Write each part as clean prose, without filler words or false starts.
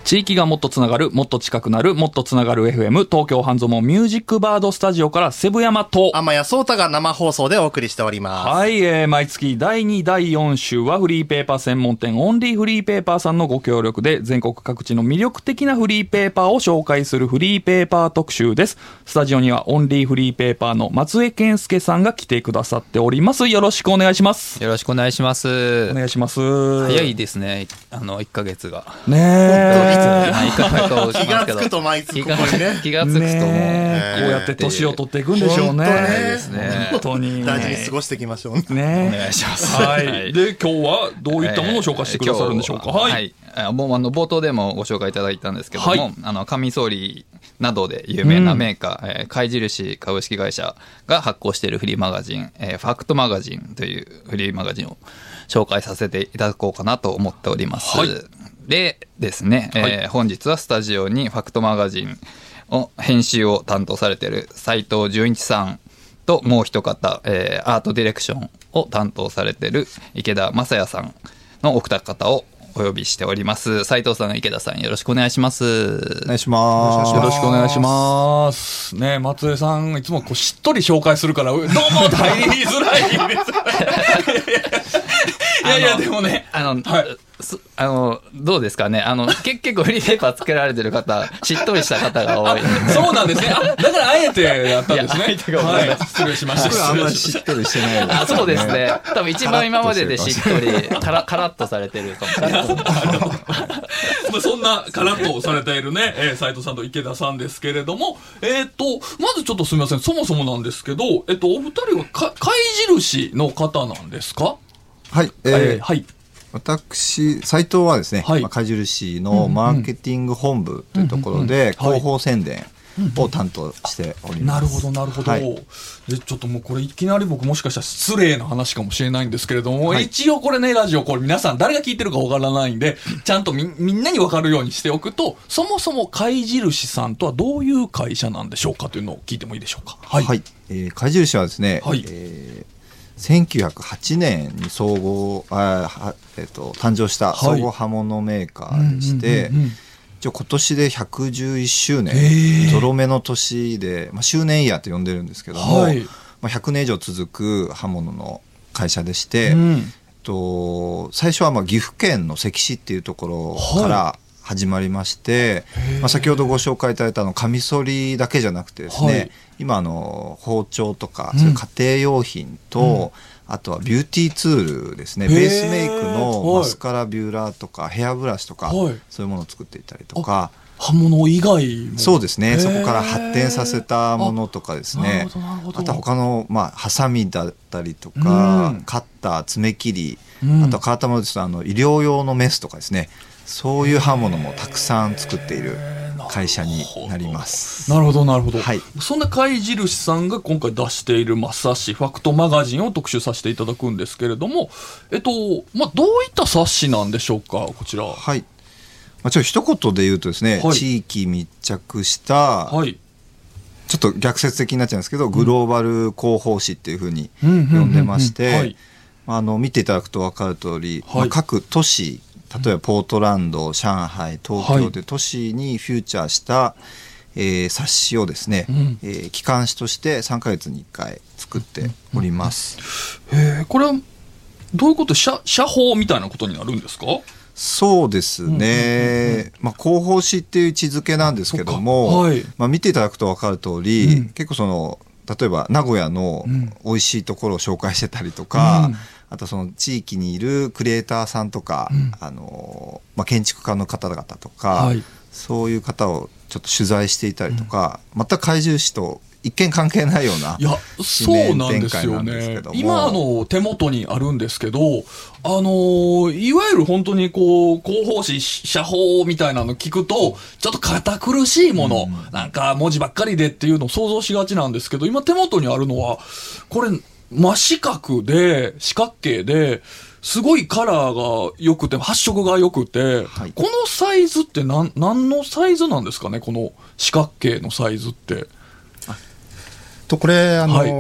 地域がもっとつながる、もっと近くなる、もっとつながる FM 東京半蔵門ミュージックバードスタジオからセブ山と天谷壮太が生放送でお送りしております。 はい、毎月第2、第4週はフリーペーパー専門店オンリーフリーペーパーさんのご協力で全国各地の魅力的なフリーペーパーを紹介するフリーペーパー特集です。スタジオにはオンリーフリーペーパーの松江健介さんが来てくださっております。よろしくお願いします。 よろしくお願いします。 お願いします。 早いですね。1ヶ月が。 ねえ。 気がつくと毎月ここにね。 気がつくともう、 こうやって年を取っていくんでしょうね。本当に大事に過ごしていきましょうね。 お願いします。 はい。で、今日はどういったものを紹介してくださるんでしょうか。 はい。もう冒頭でもご紹介いただいたんですけども、カミソリなどで有名なメーカー、貝印株式会社が発行しているフリーマガジン、ファクトマガジンというフリーマガジンを紹介させていただこうかなと思っております。でですね、本日はスタジオにファクトマガジンを編集を担当されている斉藤純一さんともう一方、アートディレクションを担当されている池田正也さんのお二方をお呼びしております。斉藤さん、池田さん、よろしくお願いします。 お願いします。 よろしくお願いします。ね、松江さんいつもこうしっとり紹介するからどうも入りづらいです。いやでもね、 どうですかね。結構フリーペーパーつけられてる方、しっとりした方が多い。 そうなんですね。だからあえてやったんですね。はい、失礼しました。 あんまりしっとりしてない。 そうですね。多分一番今まででしっとり、カラッとされてるかもしれない。 そんなカラッとされているね、斉藤さんと池田さんですけれども、まずちょっとすみません、そもそもなんですけど、お二人は貝印の方なんですか？ はい。 はい。 私、斉藤はですね、貝印のマーケティング本部というところで、広報宣伝を担当しております。 なるほど、なるほど。で、ちょっともうこれいきなり僕もしかしたら失礼な話かもしれないんですけれども、一応これね、ラジオこれ皆さん誰が聞いてるかわからないんで、ちゃんとみんなにわかるようにしておくと、そもそも貝印さんとはどういう会社なんでしょうかというのを聞いてもいいでしょうか。 はい。貝印はですね、1908年に誕生した総合刃物メーカーでして、今年で111周年、ゾロ目の年で、周年イヤーと呼んでるんですけども、100年以上続く刃物の会社でして、最初は岐阜県の関市っていうところから始まりまして、先ほどご紹介いただいたカミソリだけじゃなくてですね、今包丁とかそういう家庭用品と、あとはビューティーツールですね、ベースメイクのマスカラビューラーとかヘアブラシとか、そういうものを作っていたりとか、 刃物以外もそうですね、そこから発展させたものとかですね、あとは他のハサミだったりとか、カッター、爪切り、あとは変わったものですと医療用のメスとかですね、そういう刃物もたくさん作っている会社になります。 なるほど、なるほど。 はい、 そんな貝印さんが今回出している冊子ファクトマガジンを特集させていただくんですけれども、どういった冊子なんでしょうか、こちら。 はい。ちょっと一言で言うとですね、地域密着した、ちょっと逆説的になっちゃうんですけど、グローバル広報誌っていうふうに呼んでまして、見ていただくと分かる通り、各都市、例えばポートランド、上海、東京で都市にフューチャーした、冊子をですね、機関誌として3ヶ月に1回作っております。 これはどういうこと、社報みたいなことになるんですか？ そうですね、広報誌っていう位置づけなんですけども、見ていただくと分かる通り、結構例えば名古屋の美味しいところを紹介してたりとか、あとその地域にいるクリエイターさんとか、建築家の方々とか、そういう方をちょっと取材していたりとか、全く貝印と一見関係ないようなそうなんですよね。今手元にあるんですけど、いわゆる本当にこう広報誌、社報みたいなの聞くとちょっと堅苦しいもの、なんか文字ばっかりでっていうのを想像しがちなんですけど、今手元にあるのはこれ真四角で四角形ですごいカラーが良くて発色が良くて、このサイズって何のサイズなんですかね、この四角形のサイズって。 これ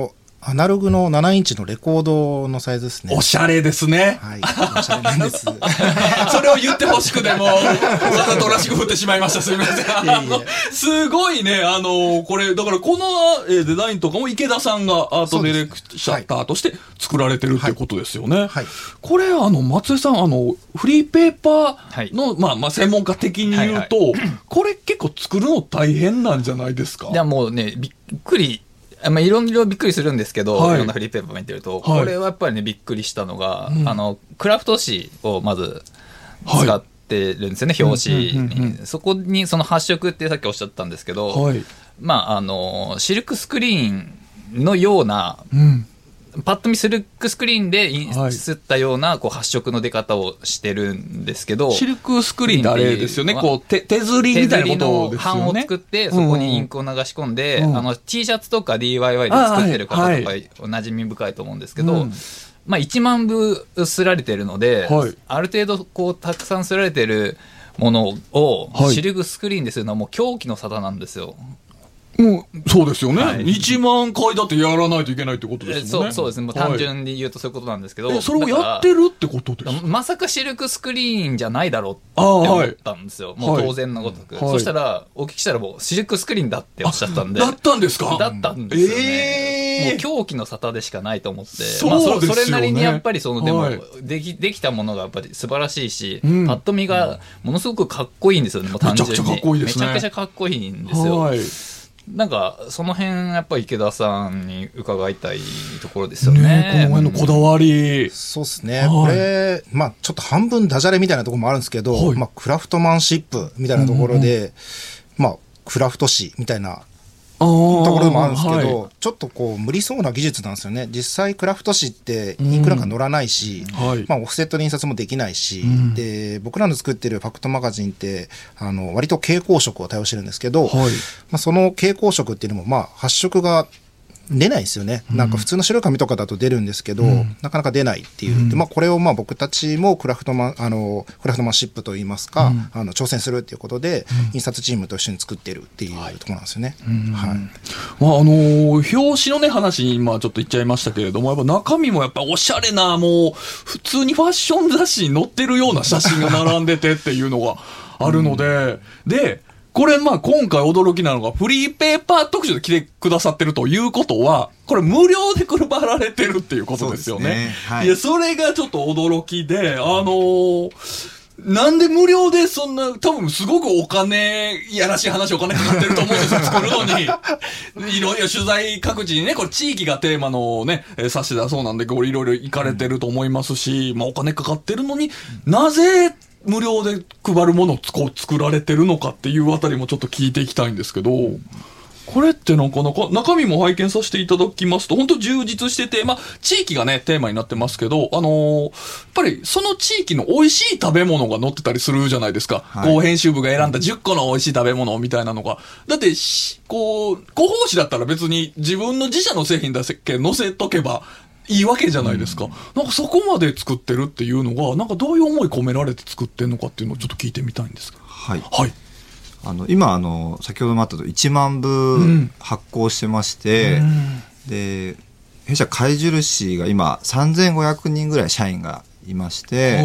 アナログの7インチのレコードのサイズですね。 おしゃれですね。 はい。おしゃれなんです。それを言ってほしくても、わざとらしく振ってしまいました。すみません。すごいね、これ、だからこのデザインとかも池田さんがアートディレクターとして作られてるっていうことですよね。はい。はい、これ、松江さん、フリーペーパーの、はい、まあ、専門家的に言うと、はいはい、これ結構作るの大変なんじゃないですか？ いや、もうね、びっくり。いろいろびっくりするんですけど、はい、いろんなフリーペーパー見てると、はい、これはやっぱりね、びっくりしたのが、クラフト紙をまず使ってるんですよね、はい、表紙に。そこにその発色ってさっきおっしゃったんですけど、はい、まあ、シルクスクリーンのような、パッと見シルクスクリーンで刷ったようなこう発色の出方をしてるんですけど、 シルクスクリーンってあれですよね、こう手刷りみたいなことですよね。 版を作ってそこにインクを流し込んで、T シャツとか DIY で作ってる方とかお馴染み深いと思うんですけど、まあ1万部刷られてるので、ある程度こうたくさん刷られてるものをシルクスクリーンでするのはもう狂気の沙汰なんですよ。 もうそうですよね、はい、1万回だってやらないといけないってことですもんね。 そうですね、もう単純に言うとそういうことなんですけど、 それをやってるってことですか？ まさかシルクスクリーンじゃないだろうって思ったんですよ、もう当然のごとく、そしたらお聞きしたらもうシルクスクリーンだっておっしゃったんで。 だったんですか？ だったんですよね、もう狂気の沙汰でしかないと思って、まあ、それなりにやっぱりそのでも、できたものがやっぱり素晴らしいし、パッと見がものすごくかっこいいんですよね、もう単純にめちゃくちゃかっこいいですね。 めちゃくちゃかっこいいんですよ。なんかその辺やっぱり池田さんに伺いたいところですよね。 この辺のこだわり。 そうですね、これ、まあ、ちょっと半分ダジャレみたいなところもあるんですけど、まあ、クラフトマンシップみたいなところで、まあ、クラフト紙みたいなところでもあるんですけど、ちょっとこう無理そうな技術なんですよね。実際クラフト紙ってインクなんか乗らないし、まあ、オフセットで印刷もできないし、で僕らの作ってるファクトマガジンって割と蛍光色を対応してるんですけど、まあ、その蛍光色っていうのもまあ発色が出ないですよね。なんか普通の白い紙とかだと出るんですけど、なかなか出ないっていう。で、まあ、これをまあ僕たちもクラフトマンシップといいますか、挑戦するっていうことで、印刷チームと一緒に作ってるっていうところなんですよね。はい。 まあ、表紙のね、話に今ちょっと言っちゃいましたけれども、やっぱ中身もやっぱおしゃれな、もう、普通にファッション雑誌に載ってるような写真が並んでてっていうのがあるので、で、これまあ今回驚きなのがフリーペーパー特集で来てくださってるということは、これ無料で配られてるっていうことですよね。いや、それがちょっと驚きで、なんで無料でそんな、多分すごくお金、いやらしい話お金かかってると思うんですよ、作るのに。いろいろ取材各地にね、これ地域がテーマのね、冊子だそうなんで、これいろいろ行かれてると思いますし、まあお金かかってるのになぜ、無料で配るものを作られてるのかっていうあたりもちょっと聞いていきたいんですけど、これってなかなか中身も拝見させていただきますと本当充実してて、まあ地域がねテーマになってますけど、やっぱりその地域の美味しい食べ物が載ってたりするじゃないですか。編集部が選んだ10個の美味しい食べ物みたいなのが。だってこう広報誌だったら別に自分の自社の製品だけ載せとけばいいわけじゃないですか。なんかそこまで作ってるっていうのが、なんかどういう思い込められて作ってるのかっていうのをちょっと聞いてみたいんですが。 はい。はい。今先ほどもあったと1万部発行してまして、で弊社貝印が今3500人ぐらい社員がいまして、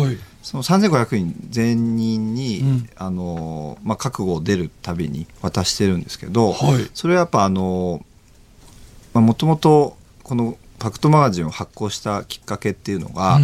その3500人全員に、まあ、覚悟を出るたびに渡してるんですけど、それはやっぱもともとこのファクトマガジンを発行したきっかけっていうのが、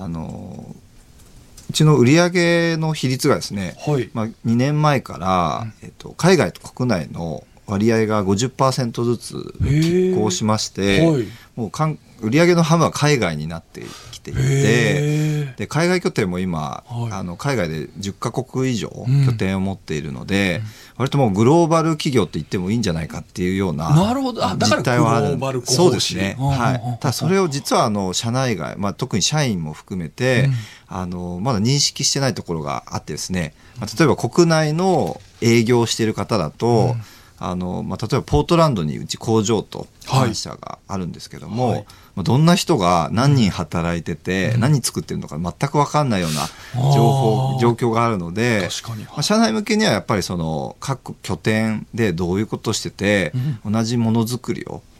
うちの売上の比率がですね、まあ、2年前から、海外と国内の割合が 50% ずつ拮抗しまして、もう売上の半分は海外になってきていて、で海外拠点も今、海外で10カ国以上拠点を持っているので、割ともうグローバル企業と言ってもいいんじゃないかっていうような実態はある。そうですね。はい。ただそれを実は社内外、まあ、特に社員も含めて、まだ認識してないところがあってですね、例えば国内の営業している方だと、まあ、例えばポートランドにうち工場と本社があるんですけども、どんな人が何人働いてて、何作ってるのか全く分かんないような状況があるので、まあ、社内向けにはやっぱりその各拠点でどういうことをしてて、同じものづくりを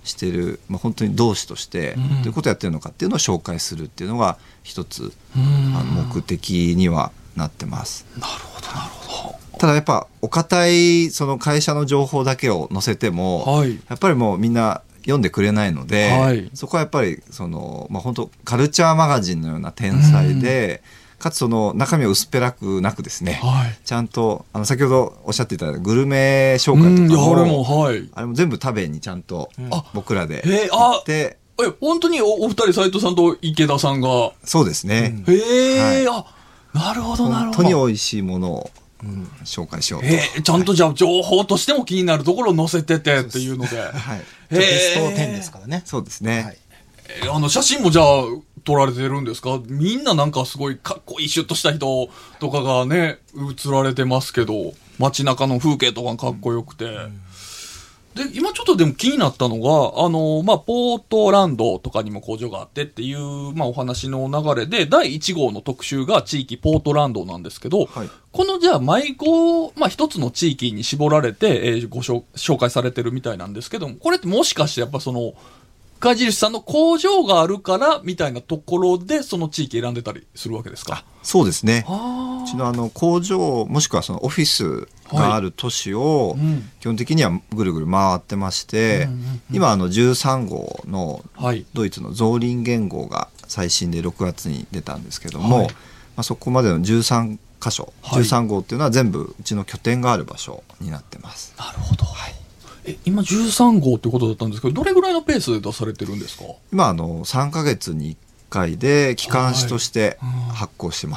してる、本当に同志としてどういうことをやってるのかっていうのを紹介するっていうのが一つ目的にはなってます。 なるほどなるほど。 ただやっぱお堅いその会社の情報だけを載せても、やっぱりもうみんな読んでくれないので、そこはやっぱりその、本当カルチャーマガジンのような天才で、かつその中身を薄っぺらくなくですね、ちゃんと先ほどおっしゃっていたグルメ紹介とかも、あれも全部食べにちゃんと僕らで行って、 本当にお二人斉藤さんと池田さんが。 そうですね。 なるほどなるほど。 本当に美味しいものを紹介しようと。 ちゃんとじゃあ情報としても気になるところを載せててっていうので。 ベスト10ですからね。 そうですね。 写真もじゃあ撮られてるんですか？みんななんかすごいかっこいいシュッとした人とかがね写られてますけど、街中の風景とかかっこよくて、で今ちょっとでも気になったのがポートランドとかにも工場があってっていう、お話の流れで第1号の特集が地域ポートランドなんですけど、このじゃあ舞妓、一つの地域に絞られて、紹介されてるみたいなんですけども、これってもしかしてやっぱその貝印さんの工場があるからみたいなところでその地域選んでたりするわけですか？ そうですね。うちの工場もしくはそのオフィスがある都市を基本的にはぐるぐる回ってまして、今13号のドイツのゾーリンゲン号が最新で6月に出たんですけども、そこまでの13箇所、13号っていうのは全部うちの拠点がある場所になってます。 なるほど。今13号ということだったんですけど、どれぐらいのペースで出されてるんですか？ 今3ヶ月に1回で機関誌として発行してます。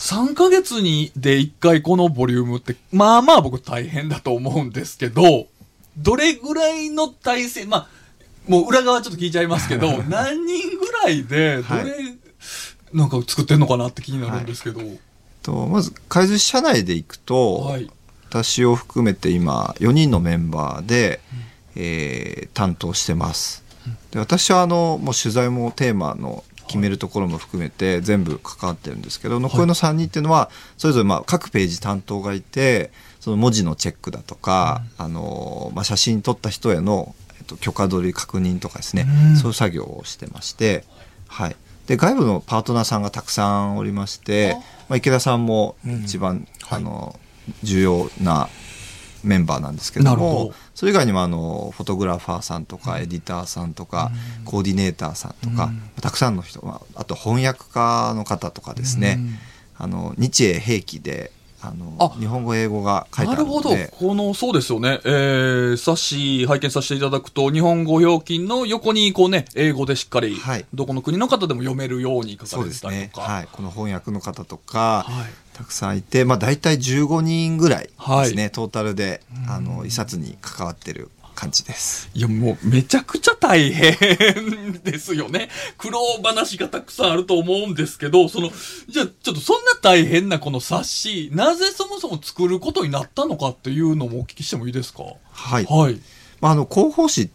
3ヶ月で1回このボリュームって僕大変だと思うんですけど、どれぐらいの体制、もう裏側ちょっと聞いちゃいますけど何人ぐらいでなんか作ってんのかなって気になるんですけど、 まず貝寿司社内でいくと、私を含めて今4人のメンバーで、担当してます。で私はもう取材もテーマの決めるところも含めて全部関わってるんですけど、残りの3人っていうのはそれぞれ各ページ担当がいて、その文字のチェックだとか、写真撮った人への、許可取り確認とかですね、そういう作業をしてまして、で外部のパートナーさんがたくさんおりまして、池田さんも一番、重要なメンバーなんですけども、それ以外にもフォトグラファーさんとかエディターさんとか、コーディネーターさんとか、たくさんの人、あと翻訳家の方とかですね、日英併記で日本語英語が書いてあるので。 なるほど。そうですよね。冊子拝見させていただくと、日本語表記の横に英語でしっかり、どこの国の方でも読めるように書かれてたりとか。 この翻訳の方とか、たくさんいて、大体15人ぐらいですね、トータルで一冊に関わってる感じです。 いやもうめちゃくちゃ大変ですよね。苦労話がたくさんあると思うんですけど、じゃあちょっとそんな大変なこの冊子、なぜそもそも作ることになったのかっていうのもお聞きしてもいいですか？広報誌って、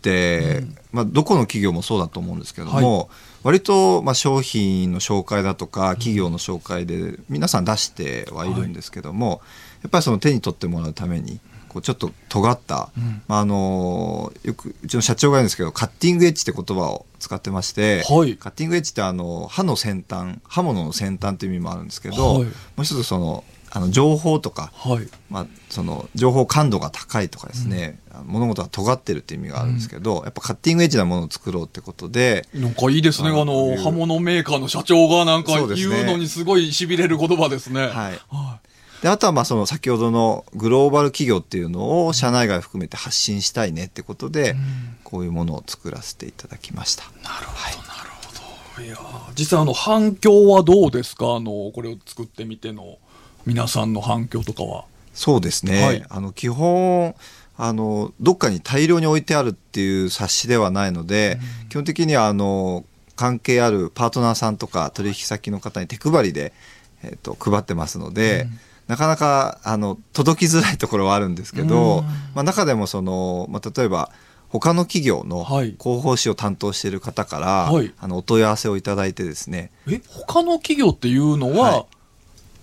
どこの企業もそうだと思うんですけども、割と商品の紹介だとか企業の紹介で皆さん出してはいるんですけども、やっぱりその手に取ってもらうためにちょっと尖った、よくうちの社長が言うんですけど、カッティングエッジって言葉を使ってまして、カッティングエッジって刃の先端、刃物の先端という意味もあるんですけど、もう一つ情報とか、その情報感度が高いとかですね、物事が尖ってるっていう意味があるんですけど、やっぱカッティングエッジなものを作ろうってことで、 なんかいいですね。刃物メーカーの社長がなんか言うのにすごい痺れる言葉ですね。 であとはその先ほどのグローバル企業っていうのを社内外含めて発信したいねってことで、こういうものを作らせていただきました。 なるほどなるほど。いや実際反響はどうですか？これを作ってみての皆さんの反響とかは。 そうですね、基本どっかに大量に置いてあるっていう冊子ではないので、基本的には関係あるパートナーさんとか取引先の方に手配りで、配ってますので、なかなか届きづらいところはあるんですけど、中でも例えば他の企業の広報誌を担当している方から、お問い合わせをいただいてですね。 他の企業っていうのは、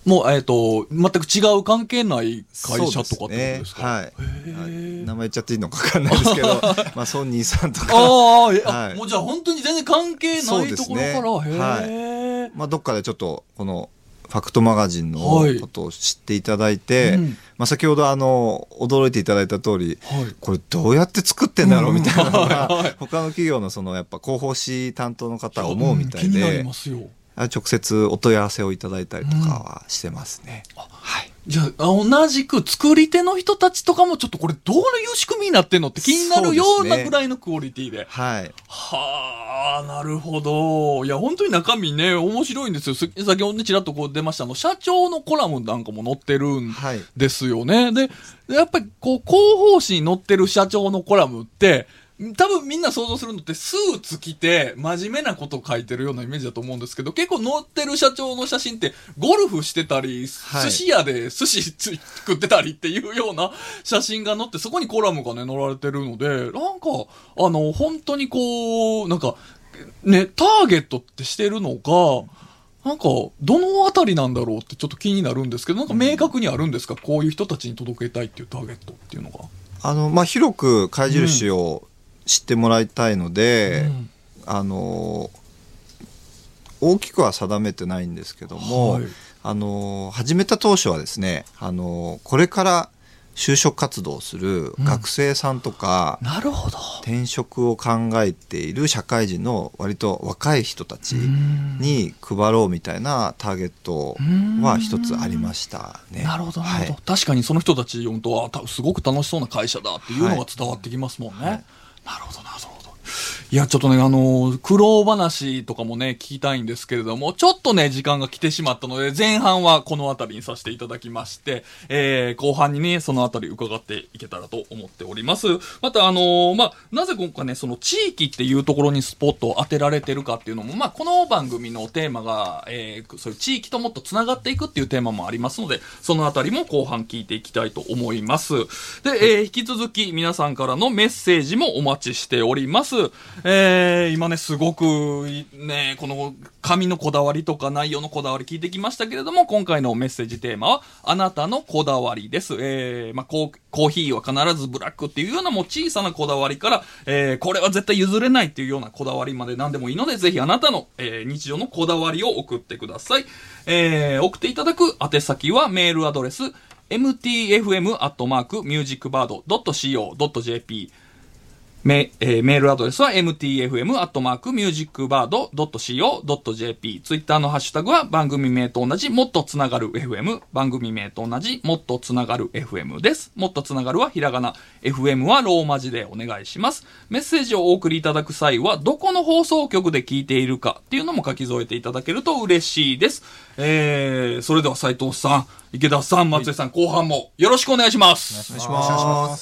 もう、全く違う関係ない会社とかってことですか？ はい。名前言っちゃっていいのか分かんないですけど、まあ、ソニーさんとか。 もうじゃあ本当に全然関係ないところから、 はい。まあ、どっかでちょっと、この、ファクトマガジンのことを知っていただいて、まあ、先ほど驚いていただいた通り、これどうやって作ってんだろうみたいなのが、他の企業のやっぱ広報誌担当の方は思うみたいで、 気になりますよ。 直接お問い合わせをいただいたりとかはしてますね。はい。 じゃあ、同じく作り手の人たちとかもちょっとこれどういう仕組みになってんのって気になるようなぐらいのクオリティで。 はい。 はあ、なるほど。いや、本当に中身ね、面白いんですよ。先ほどね、ちらっとこう出ました社長のコラムなんかも載ってるんですよね。で、やっぱりこう、広報誌に載ってる社長のコラムって、多分みんな想像するのってスーツ着て真面目なこと書いてるようなイメージだと思うんですけど、結構載ってる社長の写真ってゴルフしてたり、寿司屋で寿司食ってたりっていうような写真が載って、そこにコラムがね載られてるので、なんか本当にこうなんかねターゲットってしてるのがなんかどのあたりなんだろうってちょっと気になるんですけど、なんか明確にあるんですか、こういう人たちに届けたいっていうターゲットっていうのが。 まあ、広く貝印を、知ってもらいたいので、大きくは定めてないんですけども、始めた当初はですね、これから就職活動をする学生さんとか、 なるほど、 転職を考えている社会人の割と若い人たちに配ろうみたいなターゲットは一つありましたね。 なるほど、なるほど。確かにその人たち読むと、すごく楽しそうな会社だっていうのが伝わってきますもんね。なるほど、なるほど。いや、ちょっとね、苦労話とかもね、聞きたいんですけれども、ちょっとね、時間が来てしまったので、前半はこのあたりにさせていただきまして、後半にね、そのあたり伺っていけたらと思っております。また、まあ、なぜ今回ね、その地域っていうところにスポットを当てられてるかっていうのも、まあ、この番組のテーマが、そういう地域ともっと繋がっていくっていうテーマもありますので、そのあたりも後半聞いていきたいと思います。で、引き続き皆さんからのメッセージもお待ちしております。今ね、すごくね、この紙のこだわりとか内容のこだわり聞いてきましたけれども、今回のメッセージテーマは、あなたのこだわりです。まあ、コーヒーは必ずブラックっていうようなもう小さなこだわりから、これは絶対譲れないっていうようなこだわりまで何でもいいので、ぜひあなたの、日常のこだわりを送ってください。送っていただく宛先はメールアドレス、mtfm@musicbird.co.jpメールアドレスは mtfm@musicbird.co.jp。ツイッターのハッシュタグは番組名と同じもっとつながる FM。番組名と同じもっとつながる FM です。もっとつながるはひらがな。FM はローマ字でお願いします。メッセージをお送りいただく際はどこの放送局で聞いているかっていうのも書き添えていただけると嬉しいです。それでは斉藤さん、池田さん、松江さん、後半もよろしくお願いします。 お願いします。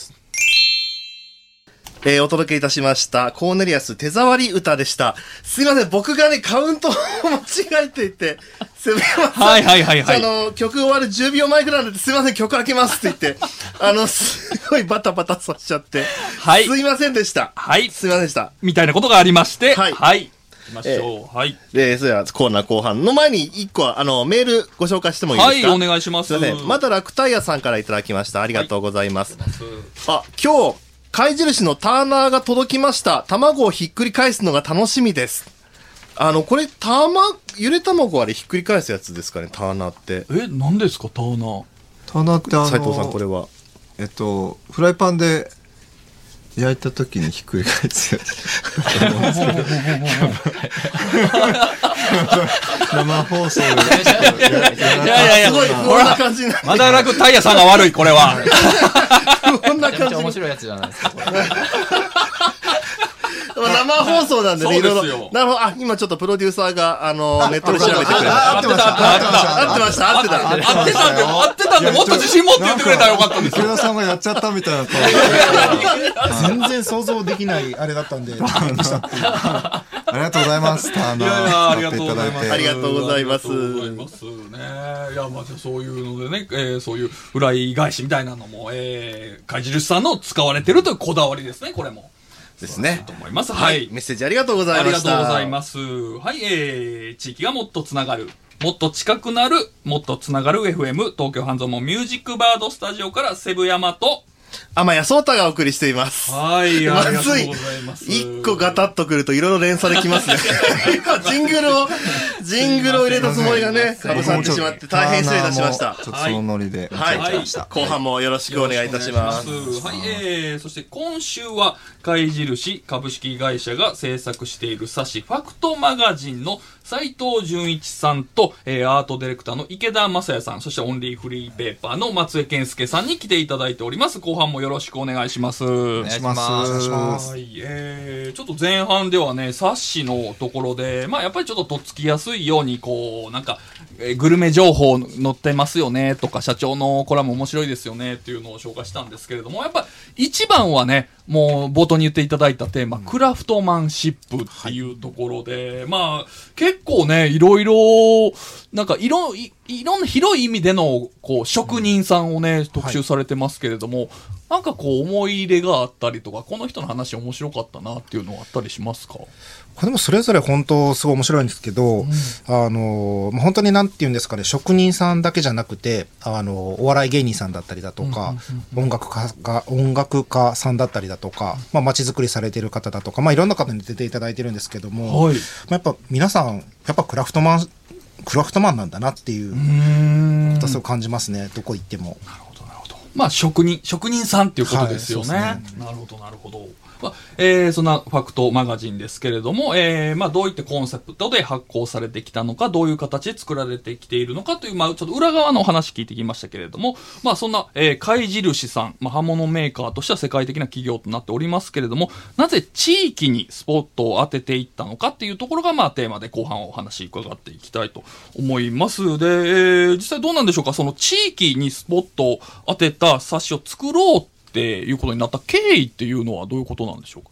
お届けいたしましたコーネリアス手触り歌でした。すいません、僕がねカウントを間違えていて、すみません。曲終わる10秒前ぐらいなんで、すいません、曲開けますって言ってすごいバタバタさせちゃって、はい、すいませんでした。 はい、 すいませんでした。 みたいなことがありまして、 はい、 はい、行きましょう。はい。 それではコーナー後半の前に1個メールご紹介してもいいですか？ はい、お願いします。 すいません。また楽タイヤさんからいただきました。ありがとうございます。はい、今日貝印のターナーが届きました。卵をひっくり返すのが楽しみです。これゆで卵あれひっくり返すやつですかね、ターナーって。 何ですかターナー？ ターナーって斉藤さん、これはフライパンで焼いた時にひっくり返すやつ生放送でいやすごい不穏な感じになって、 まだ楽タイヤさんが悪い、これはこんな感じ。 面白いやつじゃないですか。 生放送なんでね、いろいろ。なるほど。今ちょっとプロデューサーがネットで調べてくれた。合ってました。合ってたんで、もっと自信持って言ってくれたらよかったんですよ。 池田さんがやっちゃったみたいな顔。 全然想像できないあれだったんで、 ありがとうございます。 ありがとうございます。 ありがとうございます。 いや、まあそういうのでね、そういう裏返しみたいなのも、貝印さんの使われてるというこだわりですね、これも。 ですね。 と思います。 はい。メッセージありがとうございました。 ありがとうございます。はい、地域がもっとつながる。 もっと近くなる、もっとつながる FM、東京半蔵門ミュージックバードスタジオからセブヤマと、 天谷壮太がお送りしています。 はい、ありがとうございます。 一個ガタッとくるといろいろ連鎖できますね。ジングルを入れたつもりがね、かぶさってしまって大変失礼いたしました。 ちょっとそのノリではい、後半もよろしくお願いいたします。 はい、そして今週は貝印株式会社が制作している冊子ファクトマガジンの斉藤純一さんと、アートディレクターの池田正也さん、そしてオンリーフリーペーパーの松江健介さんに来ていただいております。後半もよろしくお願いします。 お願いします。お願いします。 はい、ちょっと前半ではね、冊子のところで、やっぱりちょっととっつきやすいように、こう、なんか、グルメ情報載ってますよね、とか、社長のコラム面白いですよね、っていうのを紹介したんですけれども、やっぱ一番はね、もう冒頭に言っていただいたテーマ、クラフトマンシップっていうところで、結構ね、いろいろ、なんかいろんな広い意味での、こう、職人さんをね、特集されてますけれども、なんかこう、思い入れがあったりとか、この人の話面白かったなっていうのはあったりしますか？ でもそれぞれ本当すごい面白いんですけど、本当になんていうんですかね、職人さんだけじゃなくて、お笑い芸人さんだったりだとか、音楽家さんだったりだとか、街づくりされている方だとか、いろんな方に出ていただいてるんですけども、やっぱ皆さん、やっぱクラフトマンなんだなっていうことを感じますね、どこ行っても。 なるほど、なるほど。職人さんっていうことですよね。なるほど、なるほど。そんなファクトマガジンですけれども、どういったコンセプトで発行されてきたのか、どういう形で作られてきているのかという、ちょっと裏側のお話聞いてきましたけれども、そんな、貝印さん、刃物メーカーとしては世界的な企業となっておりますけれども、なぜ地域にスポットを当てていったのかっていうところが、テーマで後半お話伺っていきたいと思います。で、実際どうなんでしょうか、その地域にスポットを当てた冊子を作ろうっていうことになった経緯っていうのはどういうことなんでしょうか？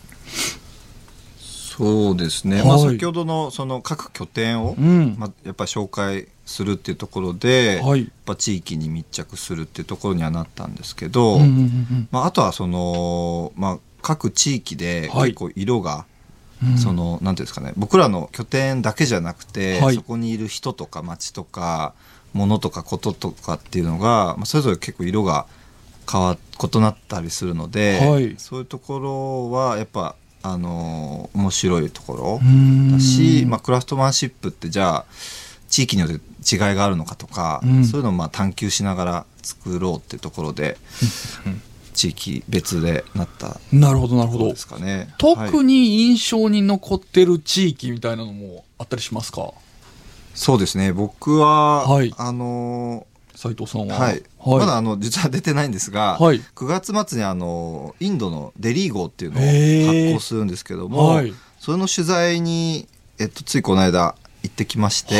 そうですね、先ほどのその各拠点を、やっぱり紹介するっていうところで、やっぱ地域に密着するっていうところにはなったんですけど、あとはその、各地域で結構色が、そのなんていうんですかね、僕らの拠点だけじゃなくて、そこにいる人とか街とか物とかこととかっていうのが、それぞれ結構色が異なったりするので、そういうところはやっぱ面白いところだし、クラフトマンシップってじゃあ地域によって違いがあるのかとか、そういうのを探求しながら作ろうっていうところで地域別でなったですかね。 特に印象に残ってる地域みたいなのもあったりしますか？ そうですね、僕は、 斉藤さんは、 まだ実は出てないんですが、9月末にインドのデリー号っていうのを発行するんですけども、それの取材に、ついこの間行ってきまして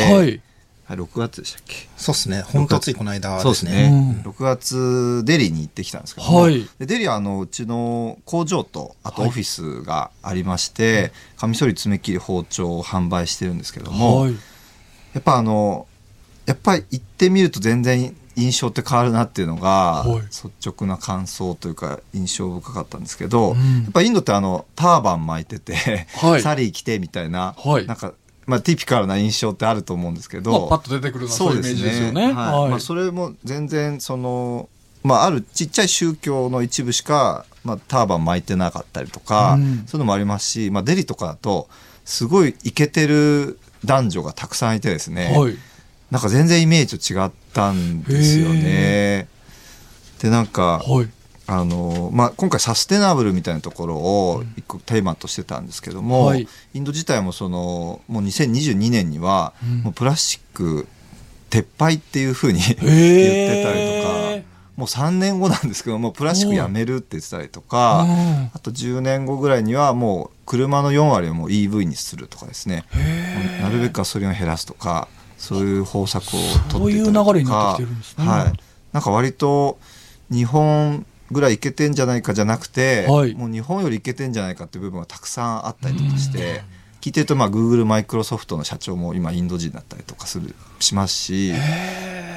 、6月でしたっけ？ そうですね、本当ついこの間ですね。 そうですね、6月デリーに行ってきたんですけども、でデリーはうちの工場とあとオフィスがありまして、カミソリ爪切り包丁を販売してるんですけども、やっぱり行ってみると全然印象って変わるなっていうのが率直な感想というか印象深かったんですけど、やっぱインドってターバン巻いてて、サリー着てみたいな、なんかティピカルな印象ってあると思うんですけど、 パッと出てくるのはそういうイメージですよね。 それも全然あるちっちゃい宗教の一部しか、ターバン巻いてなかったりとか、そういうのもありますし、デリとかだとすごいイケてる男女がたくさんいてですね、なんか全然イメージと違ったんですよね。でなんか、今回サステナブルみたいなところを一個テーマとしてたんですけども、インド自体ももう2022年にはもうプラスチック撤廃っていうふうに言ってたりとか、もう3年後なんですけどもプラスチックやめるって言ってたりとか、あと10年後ぐらいにはもう車の4割をもう EV にするとかですね、なるべくガソリンを減らすとか、そういう方策を取ってたりとか、 そういう流れになってきてるんですね。 なんか割と日本ぐらいいけてんじゃないかじゃなくて、もう日本よりいけてんじゃないかっていう部分がたくさんあったりとかして、聞いてるとGoogle、マイクロソフトの社長も今インド人だったりとかしますし、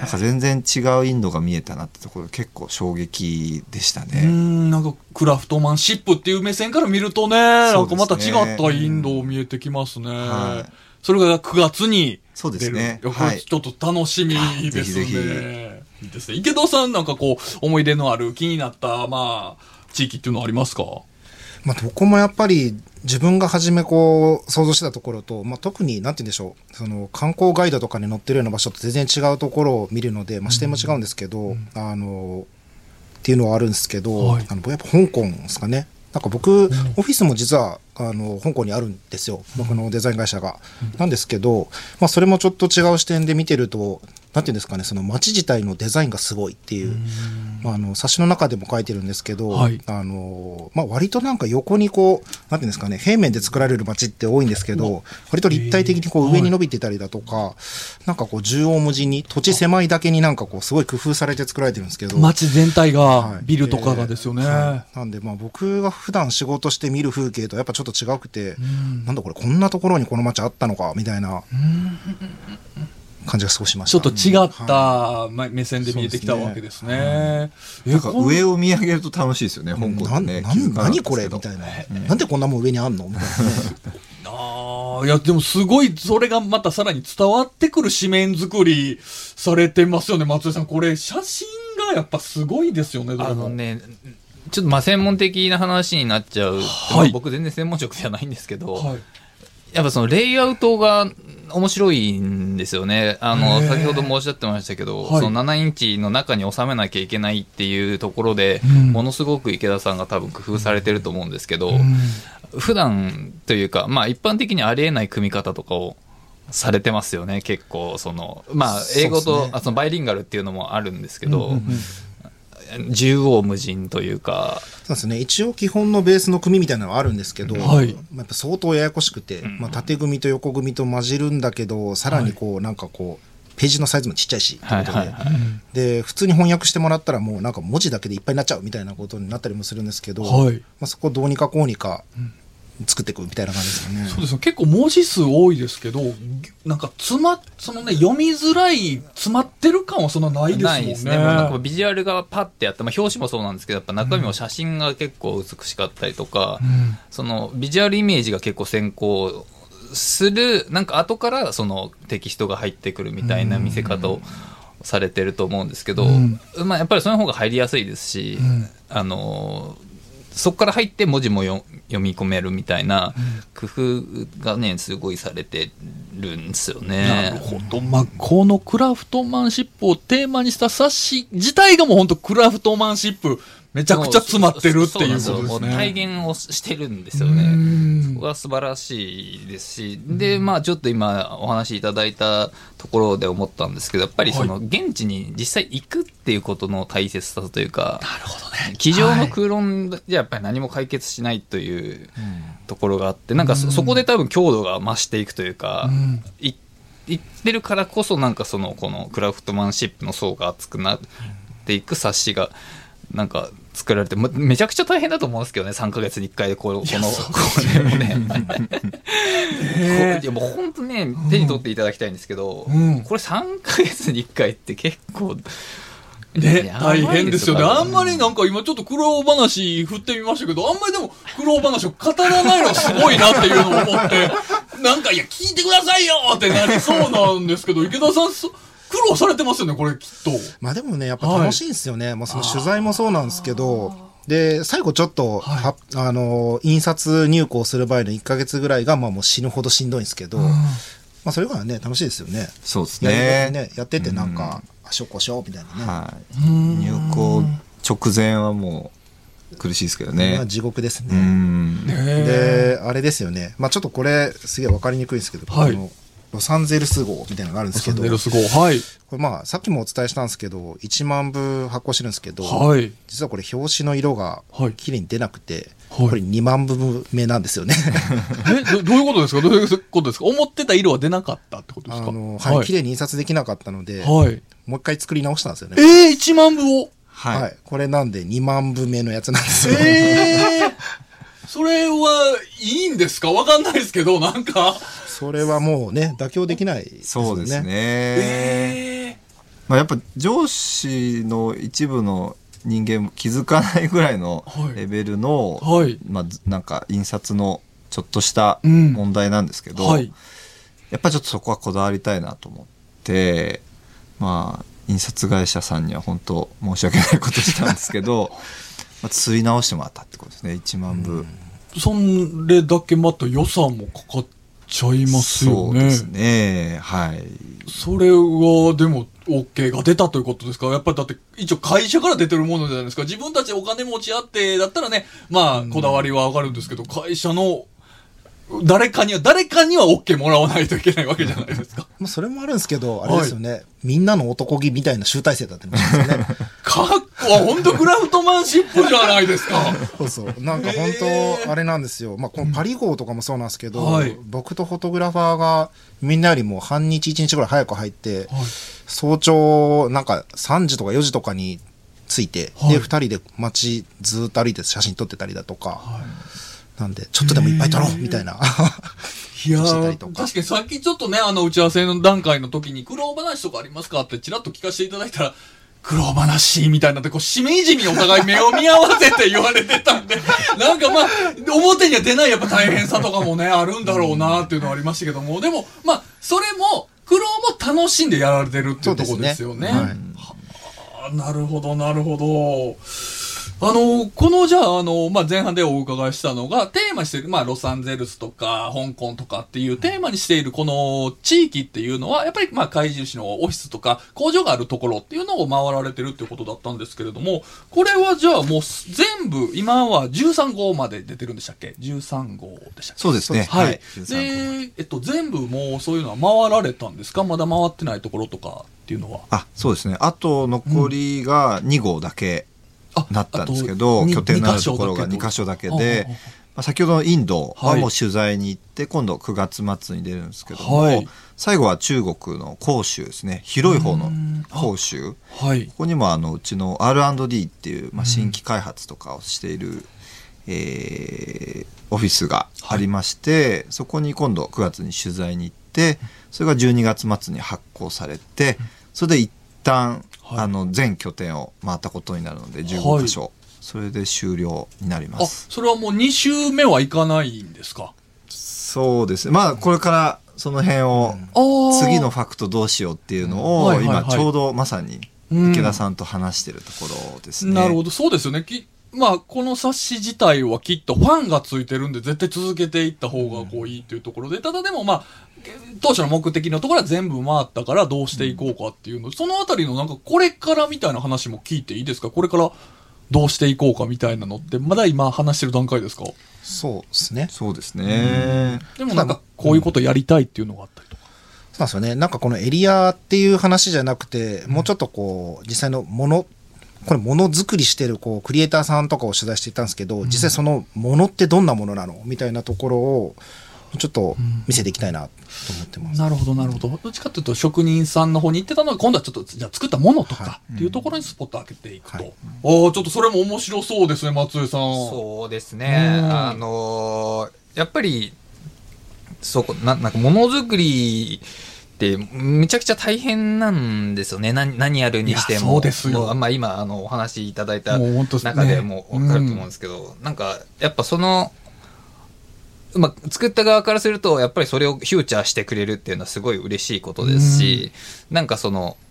なんか全然違うインドが見えたなってところ結構衝撃でしたね。 なんかクラフトマンシップっていう目線から見るとね、なんかまた違ったインドを見えてきますね。はい、それが9月にそうですね。 はい、ちょっと楽しみですね。いいですね。池田さんなんかこう思い出のある気になったまあ地域っていうのはありますか？ まあどこもやっぱり自分が初めこう想像してたところと、まあ、特になんて言うんでしょう、その観光ガイドとかに載ってるような場所と全然違うところを見るので、まあ、視点も違うんですけど、っていうのはあるんですけど、はい、やっぱ香港ですかね。なんか僕、オフィスも実は香港にあるんですよ、僕のデザイン会社が。なんですけど、まあ、それもちょっと違う視点で見てると、なんていうんですかね、その街自体のデザインがすごいっていう、冊子の中でも書いてるんですけど、はい、まあ、割となんか横にこう、なんていうんですかね、平面で作られる街って多いんですけど、割と立体的にこう上に伸びてたりだとか、なんかこう縦横無尽に、土地狭いだけになんかこうすごい工夫されて作られてるんですけど。 街全体が、ビルとかがですよね。 なんでまあ僕が普段仕事して見る風景とやっぱちょっと違くて、なんだこれこんなところにこの街あったのかみたいな感じが少ししました。 ちょっと違った目線で見えてきたわけですね。 なんか上を見上げると楽しいですよね、香港ってね。 何これみたいな、なんでこんなもん上にあんのみたいな。 いやでもすごいそれがまたさらに伝わってくる紙面作りされてますよね、松井さん。これ写真がやっぱすごいですよね。 ちょっとまあ専門的な話になっちゃう、はい、僕全然専門職じゃないんですけど、はい、やっぱそのレイアウトが面白いんですよね。先ほどもおっしゃってましたけど、はい、その7インチの中に収めなきゃいけないっていうところで、ものすごく池田さんが多分工夫されてると思うんですけど、普段というか、まあ一般的にありえない組み方とかをされてますよね。結構まあ英語と、そのバイリンガルっていうのもあるんですけど、縦横無尽というか。 そうですね。一応基本のベースの組みたいなのはあるんですけど、はい、やっぱ相当ややこしくて、まあ、縦組と横組と混じるんだけど、さらにこう、なんかこうページのサイズもちっちゃいしということで、普通に翻訳してもらったらもうなんか文字だけでいっぱいになっちゃうみたいなことになったりもするんですけど、はい、まあ、そこをどうにかこうにか作っていくみたいな感じですよね。 そうですね。結構文字数多いですけど、なんかそのね、読みづらい詰まってる感はそんなないですもんね。ないですね。 なんかビジュアルがパッてやって、まあ、表紙もそうなんですけど、やっぱ中身も写真が結構美しかったりとか、そのビジュアルイメージが結構先行する、なんか後からそのテキストが入ってくるみたいな見せ方をされてると思うんですけど、まあ、やっぱりその方が入りやすいですし、そこから入って文字も読み込めるみたいな工夫がねすごいされてるんですよね。 なるほど。まあ、このクラフトマンシップをテーマにした冊子自体がもう本当クラフトマンシップめちゃくちゃ詰まってるっていうことですね。 体現をしてるんですよね。そこが素晴らしいですし、でまあちょっと今お話しいただいたところで思ったんですけど、やっぱりその現地に実際行くっていうことの大切さというか、 なるほどね。 机上の空論じゃやっぱり何も解決しないというところがあって、なんかそこで多分強度が増していくというか、行ってるからこそなんかこのクラフトマンシップの層が厚くなっていく冊子がなんか作られて、めちゃくちゃ大変だと思うんですけどね。3ヶ月に1回でこれもねいやもう本当ね、手に取っていただきたいんですけど、これ3ヶ月に1回って結構ね、大変ですよね。あんまりなんか今ちょっと苦労話振ってみましたけど、あんまりでも苦労話を語らないのがすごいなっていうのを思って、なんかいや聞いてくださいよってなりそうなんですけど、池田さん苦労されてますよね、これきっと。 まあでもね、やっぱ楽しいんですよね。はい、もうその取材もそうなんですけど、で、最後ちょっと、印刷入稿する場合の1ヶ月ぐらいが、まあもう死ぬほどしんどいんですけど、まあそれがね、楽しいですよね。 そうですね。 やっててなんか、しょこしょみたいなね。 はい。入稿直前はもう苦しいですけどね。 まあ地獄ですね。で、あれですよね。まあちょっとこれ、すげえわかりにくいんですけど、ロサンゼルス号みたいなのがあるんですけど、 ロサンゼルス号、はい、 これまあさっきもお伝えしたんですけど1万部発行してるんですけど、 はい、 実はこれ表紙の色が綺麗に出なくて、はい、これ2万部目なんですよね。 どういうことですか？どういうことですか？思ってた色は出なかったってことですか？ はい、綺麗に印刷できなかったので、はい、もう一回作り直したんですよね。 1万部を、 はい、これなんで2万部目のやつなんですよ。 それはいいんですか？わかんないですけど、なんかそれはもうね妥協できないですよね。 そうですね。 やっぱ上司の一部の人間も気づかないぐらいのレベルの、なんか印刷のちょっとした問題なんですけど、やっぱりちょっとそこはこだわりたいなと思って、印刷会社さんには本当申し訳ないことしたんですけど釣り直してもらったってことですね。1万部、 それだけまた予算もかかっちゃいますよね。 そうですね、はい。 それはでも OK が出たということですか。やっぱりだって一応会社から出てるものじゃないですか。自分たちお金持ちあってだったらね、こだわりは上がるんですけど、会社の誰かには OK もらわないといけないわけじゃないですか。 それもあるんですけど、あれですよね、みんなの男気みたいな集大成だってますよね。 本当クラフトマンシップじゃないですか。 そう。なんか本当あれなんですよ。このパリ号とかもそうなんですけど、僕とフォトグラファーがみんなよりも半日1日ぐらい早く入って、早朝なんか3時とか4時とかに着いて、で2人で街ずっと歩いて写真撮ってたりだとか。なんでちょっとでもいっぱい撮ろうみたいな。 いや確かにさっきちょっとね打ち合わせの段階の時に苦労話とかありますかってちらっと聞かせていただいたら、苦労話みたいなってしみじみお互い目を見合わせて言われてたんでなんか表には出ないやっぱ大変さとかもねあるんだろうなっていうのはありましたけども、でもそれも苦労も楽しんでやられてるっていうところですよね。なるほどなるほど。このじゃあ前半でお伺いしたのがテーマしているロサンゼルスとか香港とかっていうテーマにしているこの地域っていうのはやっぱり貝印のオフィスとか工場があるところっていうのを回られてるっていうことだったんですけれども、これはじゃあもう全部今は13号まで出てるんでしたっけ。13号でしたっけ。 そうですね。 はい。で全部もうそういうのは回られたんですか。まだ回ってないところとかっていうのは。 そうですね。あと残りが2号だけ。なったんですけど、拠点のあるところが2カ所だけで、先ほどのインドはもう取材に行って、今度9月末に出るんですけども、最後は中国の広州ですね。広い方の広州、ここにもうちの R&D っていう、新規開発とかをしている、オフィスがありまして、そこに今度9月に取材に行って、それが12月末に発行されて、それで一旦全拠点を回ったことになるので15カ所、それで終了になります。 それはもう2週目はいかないんですか。 そうですね。これからその辺を次のファクトどうしようっていうのを今ちょうどまさに池田さんと話してるところですね。 なるほど、そうですよね。この冊子自体はきっとファンがついてるんで絶対続けていった方がいいというところで、ただでも当初の目的のところは全部回ったからどうしていこうかっていうの、そのあたりのこれからみたいな話も聞いていいですか。これからどうしていこうかみたいなのってまだ今話してる段階ですか。 そうですね。 そうですね。 でもこういうことやりたいっていうのがあったりとか。 そうなんですよね。このエリアっていう話じゃなくて、もうちょっと実際のものづくりしてるクリエイターさんとかを取材していたんですけど、実際そのものってどんなものなのみたいなところをちょっと見せていきたいなと思ってます。 なるほどなるほど。どっちかというと職人さんの方に行ってたのが今度はちょっとじゃあ作ったものとかっていうところにスポットを当てていくと、ちょっとそれも面白そうですね、松江さん。 そうですね。やっぱりなんかものづくりってめちゃくちゃ大変なんですよね。何やるにしても。 そうですよ。 今お話しいただいた中でも分かると思うんですけど、なんかやっぱ作った側からするとやっぱりそれをフューチャーしてくれるっていうのはすごい嬉しいことですし、なんか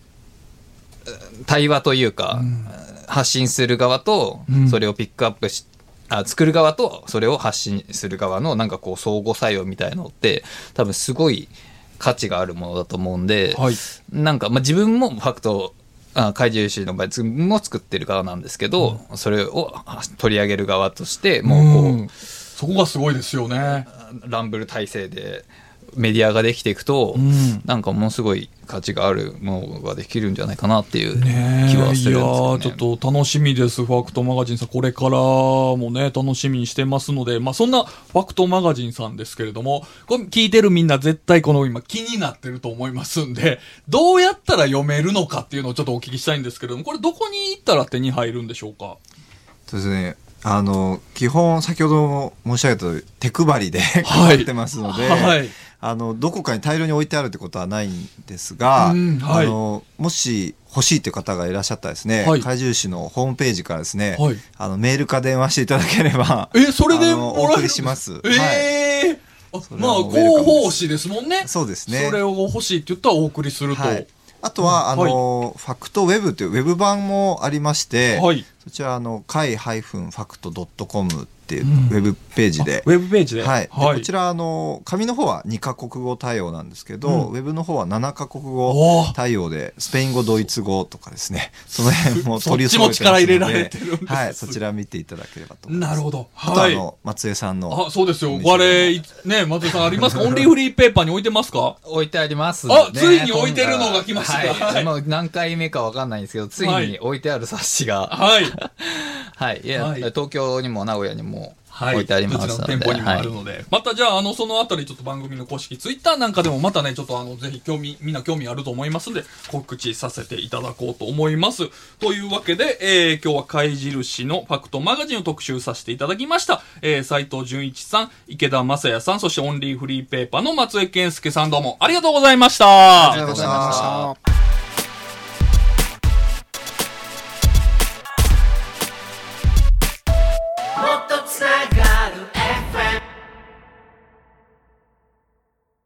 対話というか、発信する側とそれをピックアップ作る側とそれを発信する側の相互作用みたいなのって多分すごい価値があるものだと思うんで、なんか自分もファクト怪獣の場合自分も作ってる側なんですけど、それを取り上げる側としてもうそこがすごいですよね。 ランブル体制でメディアができていくと、なんかものすごい価値があるものができるんじゃないかなっていう気はするんですけどね。 ちょっと楽しみです。ファクトマガジンさんこれからもね楽しみにしてますので、そんなファクトマガジンさんですけれども、これ聞いてるみんな絶対今気になってると思いますんで、どうやったら読めるのかっていうのをちょっとお聞きしたいんですけれども、これどこに行ったら手に入るんでしょうか。 そうですね。 基本先ほど申し上げた通り手配りで配ってますので、はい、どこかに大量に置いてあるってことはないんですが、はい、もし欲しいという方がいらっしゃったらですね、貝印のホームページからですね、はい、メールか電話していただければそれでお送りします。 まあ広報誌ですもんね。 そうですね。 それを欲しいって言ったらお送りすると、はい、 あとはファクトウェブというウェブ版もありまして、はい、そちらkai-fact.comっていうウェブページで、 ウェブページで、 はい、こちら紙の方は2カ国語対応なんですけど、ウェブの方は7カ国語対応でスペイン語ドイツ語とかですね、その辺も取り揃えてますので、そっちも力入れられてるんです。はい、そちら見ていただければと思います。 なるほど。 はい、あと松江さんのそうですよ。あれね、松江さんありますか？オンリーフリーペーパーに置いてますか？ 置いてあります、 ね。ついに置いてるのが来ました。 はい、もう何回目かわかんないんですけど、ついに置いてある冊子が、 はい、 はい、東京にも名古屋にも置いてありますので、 どちらの店舗にもあるので、またじゃあそのあたりちょっと番組の公式ツイッターなんかでもまたねちょっとぜひみんな興味あると思いますので告知させていただこうと思います。というわけで、今日は貝印のファクトマガジンを特集させていただきました。斉藤純一さん、池田正也さん、そしてオンリーフリーペーパーの松江健介さん、どうもありがとうございました。 ありがとうございました。